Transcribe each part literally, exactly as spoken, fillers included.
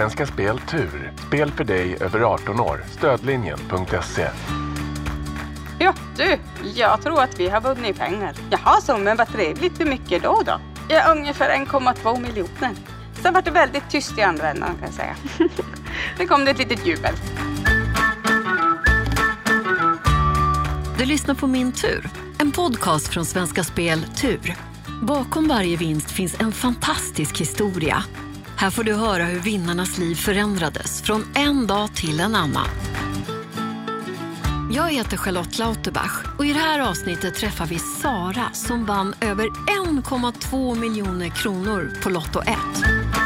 Svenska Spel Tur. Spel för dig över arton år. Stödlinjen punkt se. Ja, du. Jag tror att vi har vunnit pengar. Jaha, så men vad trevligt. Hur mycket då då? Ja, ungefär en komma två miljoner. Sen var det väldigt tyst i andra änden, kan jag säga. Det kom det ett litet jubel. Du lyssnar på Min Tur, en podcast från Svenska Spel Tur. Bakom varje vinst finns en fantastisk historia. Här får du höra hur vinnarnas liv förändrades från en dag till en annan. Jag heter Charlotte Lauterbach och i det här avsnittet träffar vi Sara som vann över en komma två miljoner kronor på Lotto ett.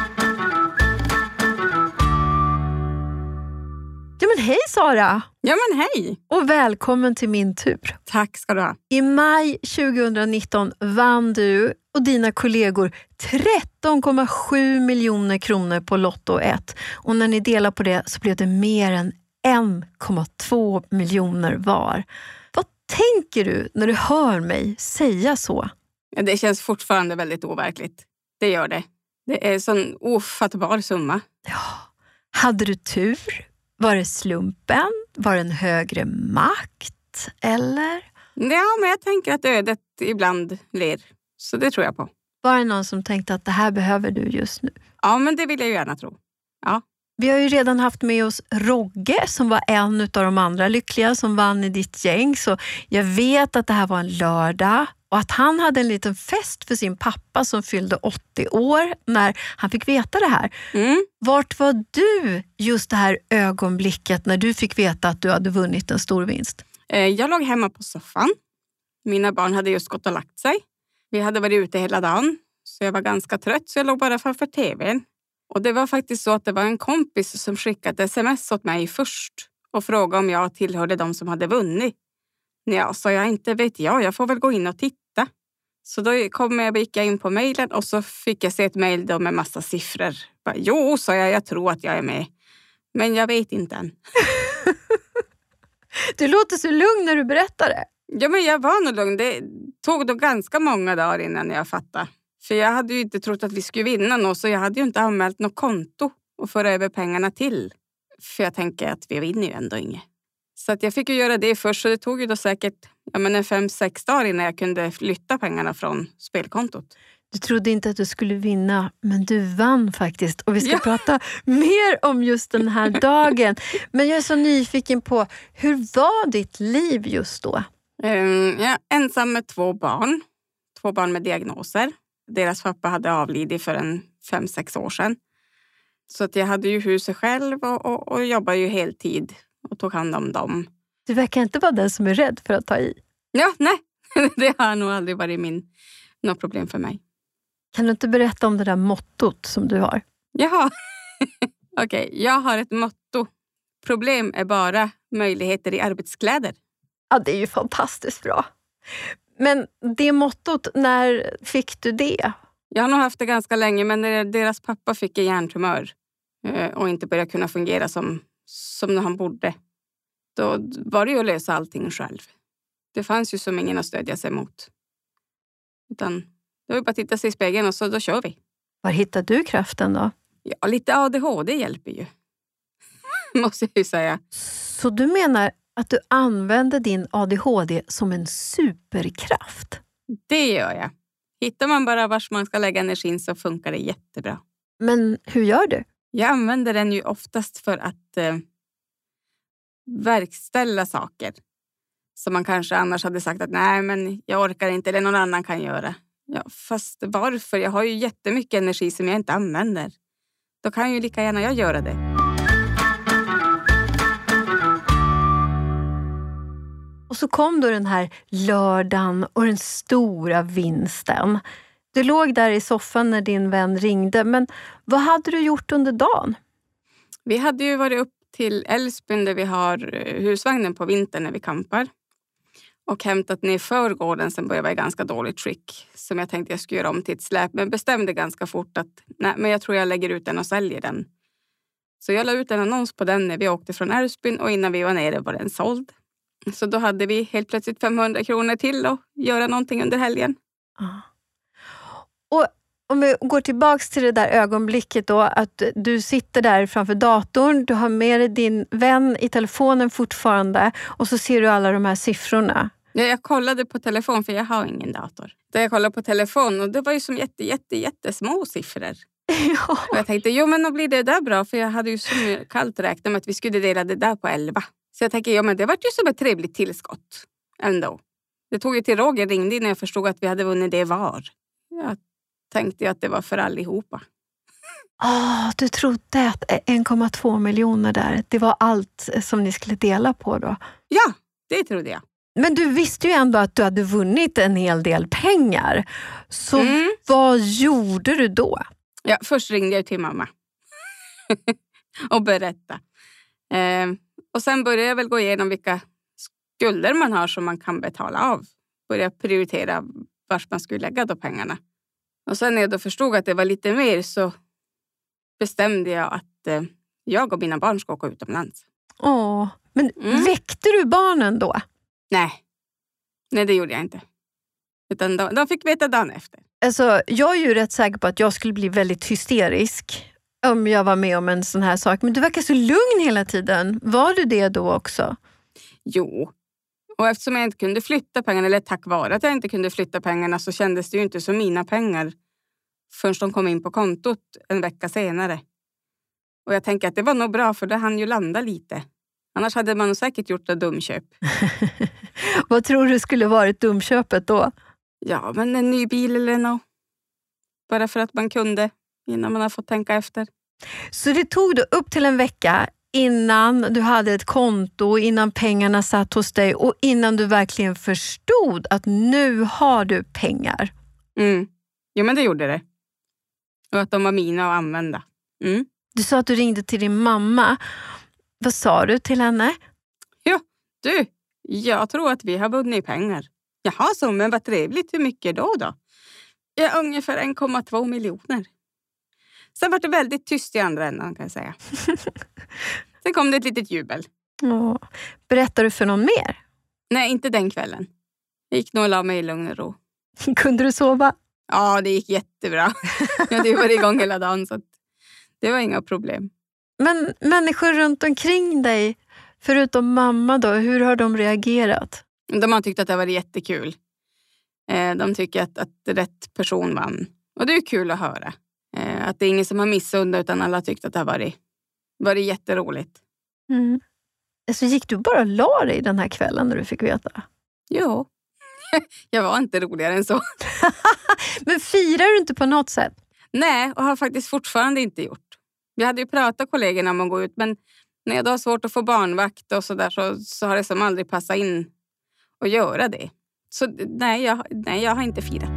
Ja men hej Sara! Ja men hej! Och välkommen till Min Tur. Tack ska du ha. I maj tjugonitton vann du och dina kollegor tretton komma sju miljoner kronor på Lotto ett. Och när ni delar på det så blev det mer än en komma två miljoner var. Vad tänker du när du hör mig säga så? Ja, det känns fortfarande väldigt overkligt. Det gör det. Det är en sån ofattbar summa. Ja. Hade du tur? Var det slumpen? Var det en högre makt? Eller? Ja, men jag tänker att ödet ibland ler. Så det tror jag på. Var det någon som tänkte att det här behöver du just nu? Ja, men det vill jag ju gärna tro. Ja. Vi har ju redan haft med oss Rogge som var en av de andra lyckliga som vann i ditt gäng. Så jag vet att det här var en lördag och att han hade en liten fest för sin pappa som fyllde åttio år när han fick veta det här. Mm. Vart var du just det här ögonblicket när du fick veta att du hade vunnit en stor vinst? Jag låg hemma på soffan. Mina barn hade just gått och lagt sig. Vi hade varit ute hela dagen så jag var ganska trött så jag låg bara framför tvn. Och det var faktiskt så att det var en kompis som skickade sms åt mig först och frågade om jag tillhörde de som hade vunnit. Ja, så jag inte vet jag, jag får väl gå in och titta. Så då kom jag, gick jag in på mejlen och så fick jag se ett mejl då med massa siffror. Bara, jo, sa jag, jag tror att jag är med. Men jag vet inte än. Du låter så lugn när du berättar det. Ja, men jag var nog lugn. Det tog då ganska många dagar innan jag fattade. För jag hade ju inte trott att vi skulle vinna något så jag hade ju inte anmält något konto och föra över pengarna till. För jag tänker att vi vinner ju ändå inget. Så att jag fick ju göra det först så det tog ju då säkert ja, men en fem, sex dagar innan jag kunde flytta pengarna från spelkontot. Du trodde inte att du skulle vinna men du vann faktiskt. Och vi ska ja. prata mer om just den här dagen. Men jag är så nyfiken på hur var ditt liv just då? Um, jag är ensam med två barn. Två barn med diagnoser. Deras pappa hade avlidit för en fem, sex år sedan. Så att jag hade ju huset själv och, och, och jobbade ju heltid och tog hand om dem. Du verkar inte vara den som är rädd för att ta i. Ja, nej. Det har nog aldrig varit min, något problem för mig. Kan du inte berätta om det där mottot som du har? Jaha. Okej, okay, jag har ett motto. Problem är bara möjligheter i arbetskläder. Ja, det är ju fantastiskt bra. Men det mottot, när fick du det? Jag har nog haft det ganska länge men när deras pappa fick en hjärntumör och inte började kunna fungera som, som han borde. Då var det ju att lösa allting själv. Det fanns ju som ingen att stödja sig mot. Utan då var det bara att titta sig i spegeln och så då kör vi. Var hittade du kraften då? Ja, lite A D H D hjälper ju. Måste jag ju säga. Så du menar att du använder din A D H D som en superkraft? Det gör jag. Hittar man bara vars man ska lägga energin så funkar det jättebra. Men hur gör du? Jag använder den ju oftast för att eh, verkställa saker. Som man kanske annars hade sagt att nej men jag orkar inte eller någon annan kan göra. Ja, fast varför? Jag har ju jättemycket energi som jag inte använder. Då kan ju lika gärna jag göra det. Och så kom då den här lördagen och den stora vinsten. Du låg där i soffan när din vän ringde. Men vad hade du gjort under dagen? Vi hade ju varit upp till Älvsbyn där vi har husvagnen på vintern när vi campar. Och hämtat ner förgården som började vara i ganska dåligt skick. Som jag tänkte jag skulle göra om till ett släp. Men bestämde ganska fort att nej, men jag tror jag lägger ut den och säljer den. Så jag la ut en annons på den när vi åkte från Älvsbyn. Och innan vi var nere var den såld. Så då hade vi helt plötsligt femhundra kronor till att göra någonting under helgen. Ah. Och Om vi går tillbaks till det där ögonblicket då, att du sitter där framför datorn, du har med dig din vän i telefonen fortfarande och så ser du alla de här siffrorna. Ja, jag kollade på telefon för jag har ingen dator. Där jag kollade på telefon och det var ju som jätte, jätte, jättesmå siffror. Ja. Och jag tänkte, jo men då blir det där bra för jag hade ju så kallt räknat med att vi skulle dela det där på elva. Så jag tänkte, ja men det var ju som ett trevligt tillskott ändå. Det tog ju till Roger ringde när jag förstod att vi hade vunnit det var. Jag tänkte att det var för allihopa. Oh, du trodde att en komma två miljoner där, det var allt som ni skulle dela på då? Ja, det trodde jag. Men du visste ju ändå att du hade vunnit en hel del pengar. Så mm. vad gjorde du då? Ja, först ringde jag till mamma och berättade. Eh, och sen började jag väl gå igenom vilka skulder man har som man kan betala av. Började prioritera vart man skulle lägga då pengarna. Och sen när jag då förstod att det var lite mer så bestämde jag att eh, jag och mina barn ska åka utomlands. Åh, men mm. väckte du barnen då? Nej, nej det gjorde jag inte. Utan de, de fick veta dagen efter. Alltså, jag är ju rätt säker på att jag skulle bli väldigt hysterisk om jag var med om en sån här sak. Men du verkar så lugn hela tiden. Var du det då också? Jo, och eftersom jag inte kunde flytta pengarna, eller tack vare att jag inte kunde flytta pengarna så kändes det ju inte som mina pengar förrän de kom in på kontot en vecka senare. Och jag tänker att det var nog bra för det hann ju landa lite. Annars hade man säkert gjort ett dumköp. Vad tror du skulle vara ett dumköpet då? Ja, men en ny bil eller något. Bara för att man kunde innan man har fått tänka efter. Så det tog då upp till en vecka innan du hade ett konto, innan pengarna satt hos dig och innan du verkligen förstod att nu har du pengar. Mm. Jo, men det gjorde det. Och att de var mina att använda. Mm. Du sa att du ringde till din mamma. Vad sa du till henne? Ja, du, jag tror att vi har vunnit pengar. Jaha, så men vad trevligt. Hur mycket då då? Ja, ungefär en komma två miljoner. Sen var det väldigt tyst i andra änden kan jag säga. Sen kom det ett litet jubel. Åh. Berättar du för någon mer? Nej, inte den kvällen. Jag gick nog och la mig i lugn och ro. Kunde du sova? Ja, det gick jättebra. Jag hade ju varit igång hela dagen så att det var inga problem. Men människor runt omkring dig, förutom mamma då, hur har de reagerat? De har tyckt att det var jättekul. De tycker att, att rätt person vann. Och det är kul att höra. Att det är ingen som har missundat utan alla tyckt att det har varit, varit jätteroligt. Mm. Så gick du bara och la dig den här kvällen när du fick veta? Jo. Jag var inte roligare än så. Men firar du inte på något sätt? Nej, och har faktiskt fortfarande inte gjort. Jag hade ju pratat kollegorna om att gå ut, men när jag då har svårt att få barnvakt och sådär så, så har det som aldrig passat in att göra det. Så nej jag, nej, jag har inte firat.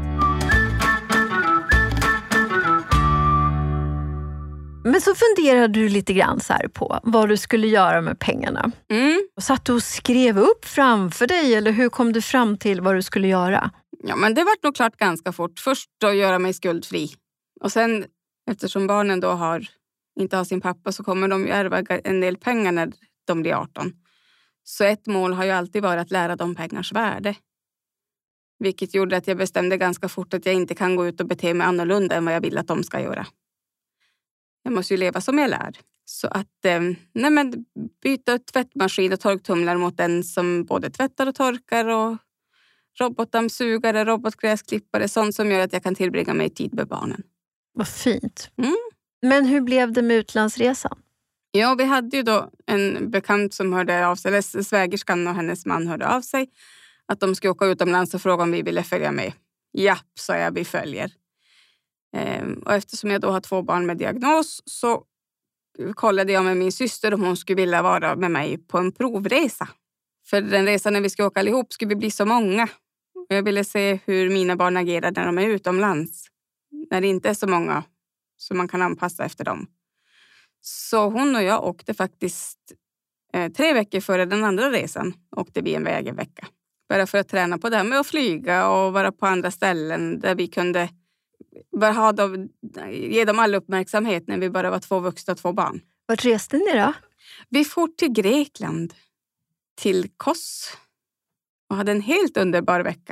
Men så funderade du lite grann så här på vad du skulle göra med pengarna. Mm. Satt du och skrev upp framför dig eller hur kom du fram till vad du skulle göra? Ja, men det var nog klart ganska fort. Först då göra mig skuldfri. Och sen eftersom barnen då har, inte har sin pappa så kommer de ju ärva en del pengar när de blir arton. Så ett mål har ju alltid varit att lära dem pengars värde. Vilket gjorde att jag bestämde ganska fort att jag inte kan gå ut och bete mig annorlunda än vad jag vill att de ska göra. Jag måste ju leva som jag lär. Så att eh, nej men, byta tvättmaskin och torktumlare mot den som både tvättar och torkar och robotdammsugare, robotgräsklippare, sånt som gör att jag kan tillbringa mig tid med barnen. Vad fint. Mm. Men hur blev det med utlandsresan? Ja, vi hade ju då en bekant som hörde av sig, eller svägerskan och hennes man hörde av sig, att de skulle åka utomlands och fråga om vi ville följa med. Japp, sa jag, vi följer. Ehm, och eftersom jag då har två barn med diagnos så kollade jag med min syster om hon skulle vilja vara med mig på en provresa. För den resan när vi ska åka allihop skulle vi bli så många. Och jag ville se hur mina barn agerar när de är utomlands. När det inte är så många så man kan anpassa efter dem. Så hon och jag åkte faktiskt eh, tre veckor före den andra resan. Åkte vi en väg en vecka. Bara för att träna på det här med att flyga och vara på andra ställen där vi kunde bara ha dem, ge dem all uppmärksamhet när vi bara var två vuxna och två barn. Vart reste ni då? Vi for till Grekland, till Kos och hade en helt underbar vecka.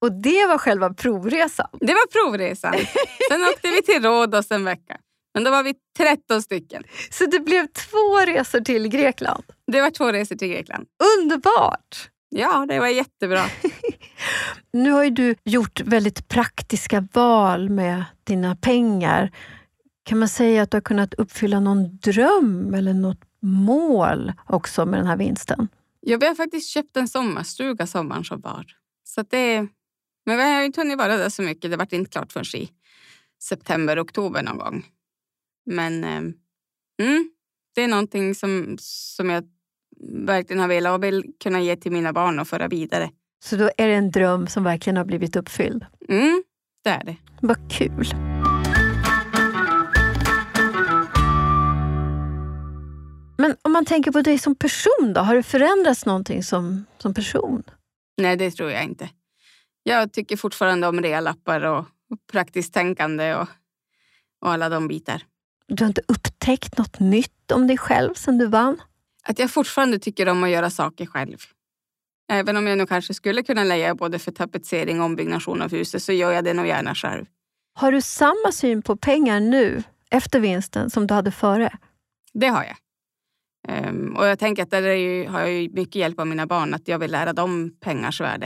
Och det var själva provresan? Det var provresan. Sen åkte vi till Rhodos en vecka. Men då var vi tretton stycken. Så det blev två resor till Grekland? Det var två resor till Grekland. Underbart! Ja, det var jättebra. Nu har ju du gjort väldigt praktiska val med dina pengar. Kan man säga att du har kunnat uppfylla någon dröm eller något mål också med den här vinsten? Ja, vi har faktiskt köpt en sommarstuga sommaren som var. Så att det, men vi har ju inte hunnit vara där så mycket. Det var inte klart förrän i september, oktober någon gång. Men eh, mm, det är någonting som, som jag verkligen har velat och vill kunna ge till mina barn och föra vidare. Så då är det en dröm som verkligen har blivit uppfylld? Mm, det är det. Vad kul! Men om man tänker på dig som person då, har det förändrats någonting som, som person? Nej, det tror jag inte. Jag tycker fortfarande om realappar och, och praktiskt tänkande och, och alla de bitar. Du har inte upptäckt något nytt om dig själv sedan du vann? Att jag fortfarande tycker om att göra saker själv. Även om jag nu kanske skulle kunna leja både för tapetsering och ombyggnation av huset så gör jag det nog gärna själv. Har du samma syn på pengar nu efter vinsten som du hade före? Det har jag. Um, och jag tänker att där är ju, har jag ju mycket hjälp av mina barn att jag vill lära dem pengars värde.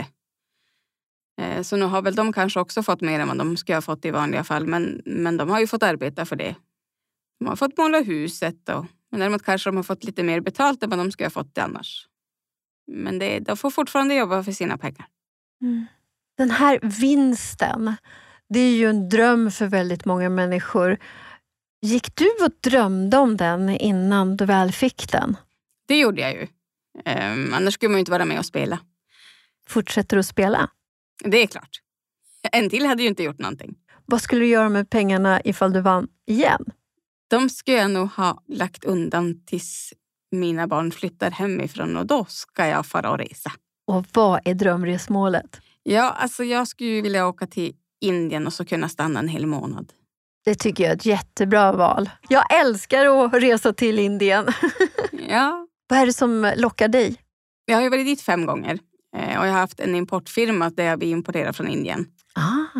Uh, så nu har väl de kanske också fått mer än vad de skulle ha fått i vanliga fall. Men, men de har ju fått arbeta för det. De har fått måla huset och men däremot kanske de har fått lite mer betalt än vad de skulle ha fått annars. Men det, de får fortfarande jobba för sina pengar. Mm. Den här vinsten, det är ju en dröm för väldigt många människor. Gick du och drömde om den innan du väl fick den? Det gjorde jag ju. Um, annars skulle man ju inte vara med och spela. Fortsätter du att spela? Det är klart. En till hade ju inte gjort någonting. Vad skulle du göra med pengarna ifall du vann igen? De skulle jag nog ha lagt undan tills mina barn flyttar hemifrån och då ska jag fara och resa. Och vad är drömresmålet? Ja, alltså jag skulle ju vilja åka till Indien och så kunna stanna en hel månad. Det tycker jag är ett jättebra val. Jag älskar att resa till Indien. Ja. Vad är det som lockar dig? Jag har ju varit dit fem gånger. Och jag har haft en importfirma där vi importerar från Indien. Ah.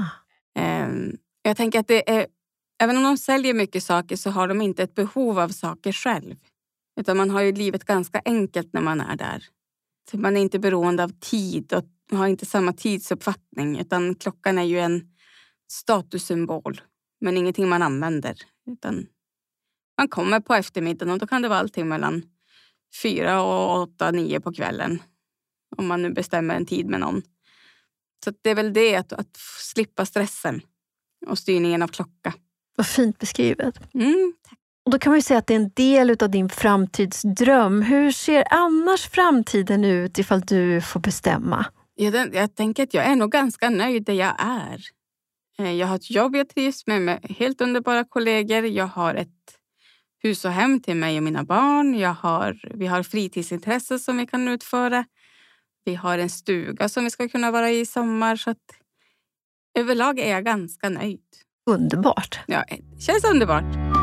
Jag tänker att det är, även om de säljer mycket saker så har de inte ett behov av saker själv. Utan man har ju livet ganska enkelt när man är där. Så man är inte beroende av tid och har inte samma tidsuppfattning. Utan klockan är ju en statussymbol. Men ingenting man använder. Utan man kommer på eftermiddagen och då kan det vara allting mellan fyra och åtta, nio på kvällen. Om man nu bestämmer en tid med någon. Så det är väl det att, att slippa stressen och styrningen av klocka. Vad fint beskrivet. Mm, tack. Och då kan man ju säga att det är en del av din framtidsdröm. Hur ser annars framtiden ut ifall du får bestämma? Jag, jag tänker att jag är nog ganska nöjd där jag är. Jag har ett jobb jag trivs med, med helt underbara kollegor. Jag har ett hus och hem till mig och mina barn. Jag har, vi har fritidsintressen som vi kan utföra. Vi har en stuga som vi ska kunna vara i sommar. Så att överlag är jag ganska nöjd. Underbart. Ja, det känns underbart.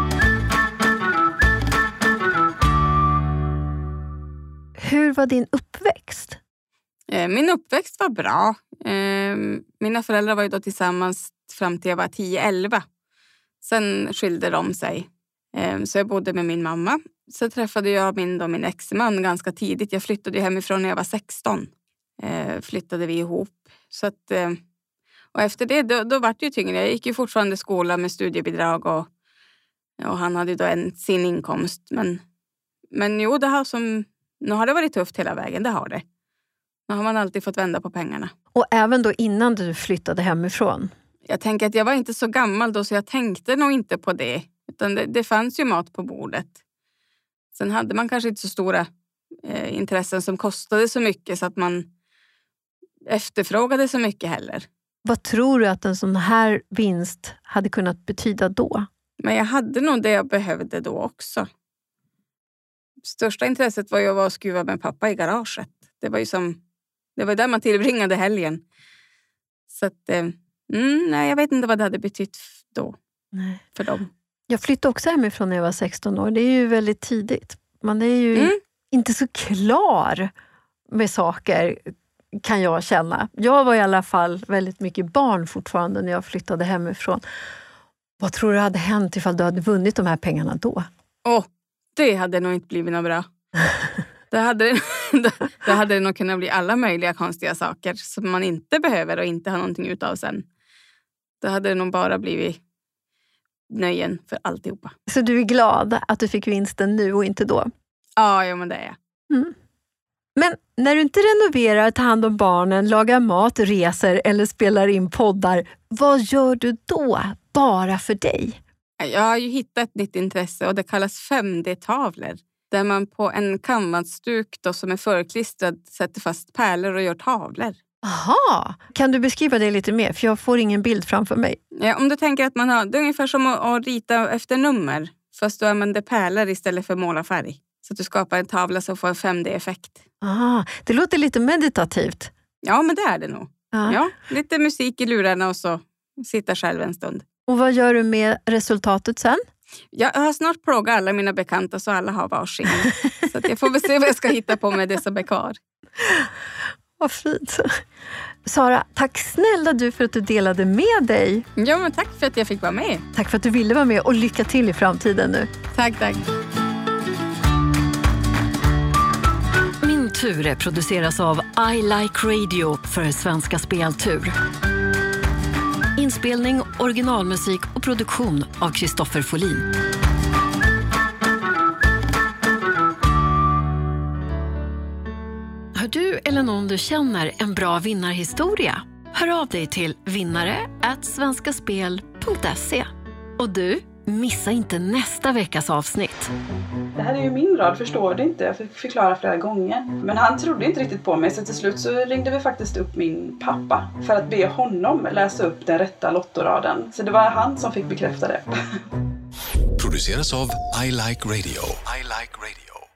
Hur var din uppväxt? Min uppväxt var bra. Mina föräldrar var ju då tillsammans fram till jag var tio elva. Sen skilde de sig. Så jag bodde med min mamma. Så träffade jag min, då, min exman ganska tidigt. Jag flyttade hemifrån när jag var sexton. Flyttade vi ihop. Så att, och efter det då, då var det ju tyngre. Jag gick ju fortfarande i skola med studiebidrag. Och, och han hade då en, sin inkomst. Men, men jo, det har som, nu har det varit tufft hela vägen. Det har det. Nu har man alltid fått vända på pengarna. Och även då innan du flyttade hemifrån? Jag tänker att jag var inte så gammal då så jag tänkte nog inte på det. Utan det, det fanns ju mat på bordet. Sen hade man kanske inte så stora eh, intressen som kostade så mycket så att man efterfrågade så mycket heller. Vad tror du att en sån här vinst hade kunnat betyda då? Men jag hade nog det jag behövde då också. Största intresset var ju att vara och skruva med pappa i garaget. Det var ju som, det var där man tillbringade helgen. Så att, eh, mm, nej, jag vet inte vad det hade betytt då nej. För dem. Jag flyttade också hemifrån när jag var sexton år. Det är ju väldigt tidigt. Man är ju mm. inte så klar med saker kan jag känna. Jag var i alla fall väldigt mycket barn fortfarande när jag flyttade hemifrån. Vad tror du hade hänt ifall du hade vunnit de här pengarna då? Åh, oh, det hade nog inte blivit något bra. Då hade, det, då, då hade det nog kunnat bli alla möjliga konstiga saker som man inte behöver och inte har någonting utav sen. Då hade det nog bara blivit nöjen för alltihopa. Så du är glad att du fick vinsten nu och inte då? Ja, ja men det är jag. Mm. Men när du inte renoverar, tar hand om barnen, lagar mat, reser eller spelar in poddar, vad gör du då bara för dig? Jag har ju hittat ett nytt intresse och det kallas fem D-tavlor. Där man på en canvasduk då som är förklistrad sätter fast pärlor och gör tavlor. Aha, kan du beskriva det lite mer? För jag får ingen bild framför mig. Ja, om du tänker att man har, det är ungefär som att, att rita efter nummer. Fast du använder pärlor istället för målarfärg. Så att du skapar en tavla som får en fem D-effekt. Aha, det låter lite meditativt. Ja, men det är det nog. Ja. Ja, lite musik i lurarna och så sitta själv en stund. Och vad gör du med resultatet sen? Jag har snart plågat alla mina bekanta så alla har varsin. Så att jag får väl se vad jag ska hitta på med det som är kvar. Vad fint. Sara, tack snälla du för att du delade med dig. Ja, men tack för att jag fick vara med. Tack för att du ville vara med och lycka till i framtiden nu. Tack, tack. Min tur produceras av I Like Radio för Svenska Speltur. Inspelning, originalmusik och produktion av Kristoffer Folin. Har du eller någon du känner en bra vinnarhistoria? Hör av dig till vinnare at svenskaspel punkt se. Och du, missa inte nästa veckas avsnitt. Det här är ju min rad, förstår du inte? Jag fick förklara flera gånger. Men han trodde inte riktigt på mig, så till slut så ringde vi faktiskt upp min pappa för att be honom läsa upp den rätta lottoraden. Så det var han som fick bekräfta det. Produceras av I Like Radio. I Like Radio.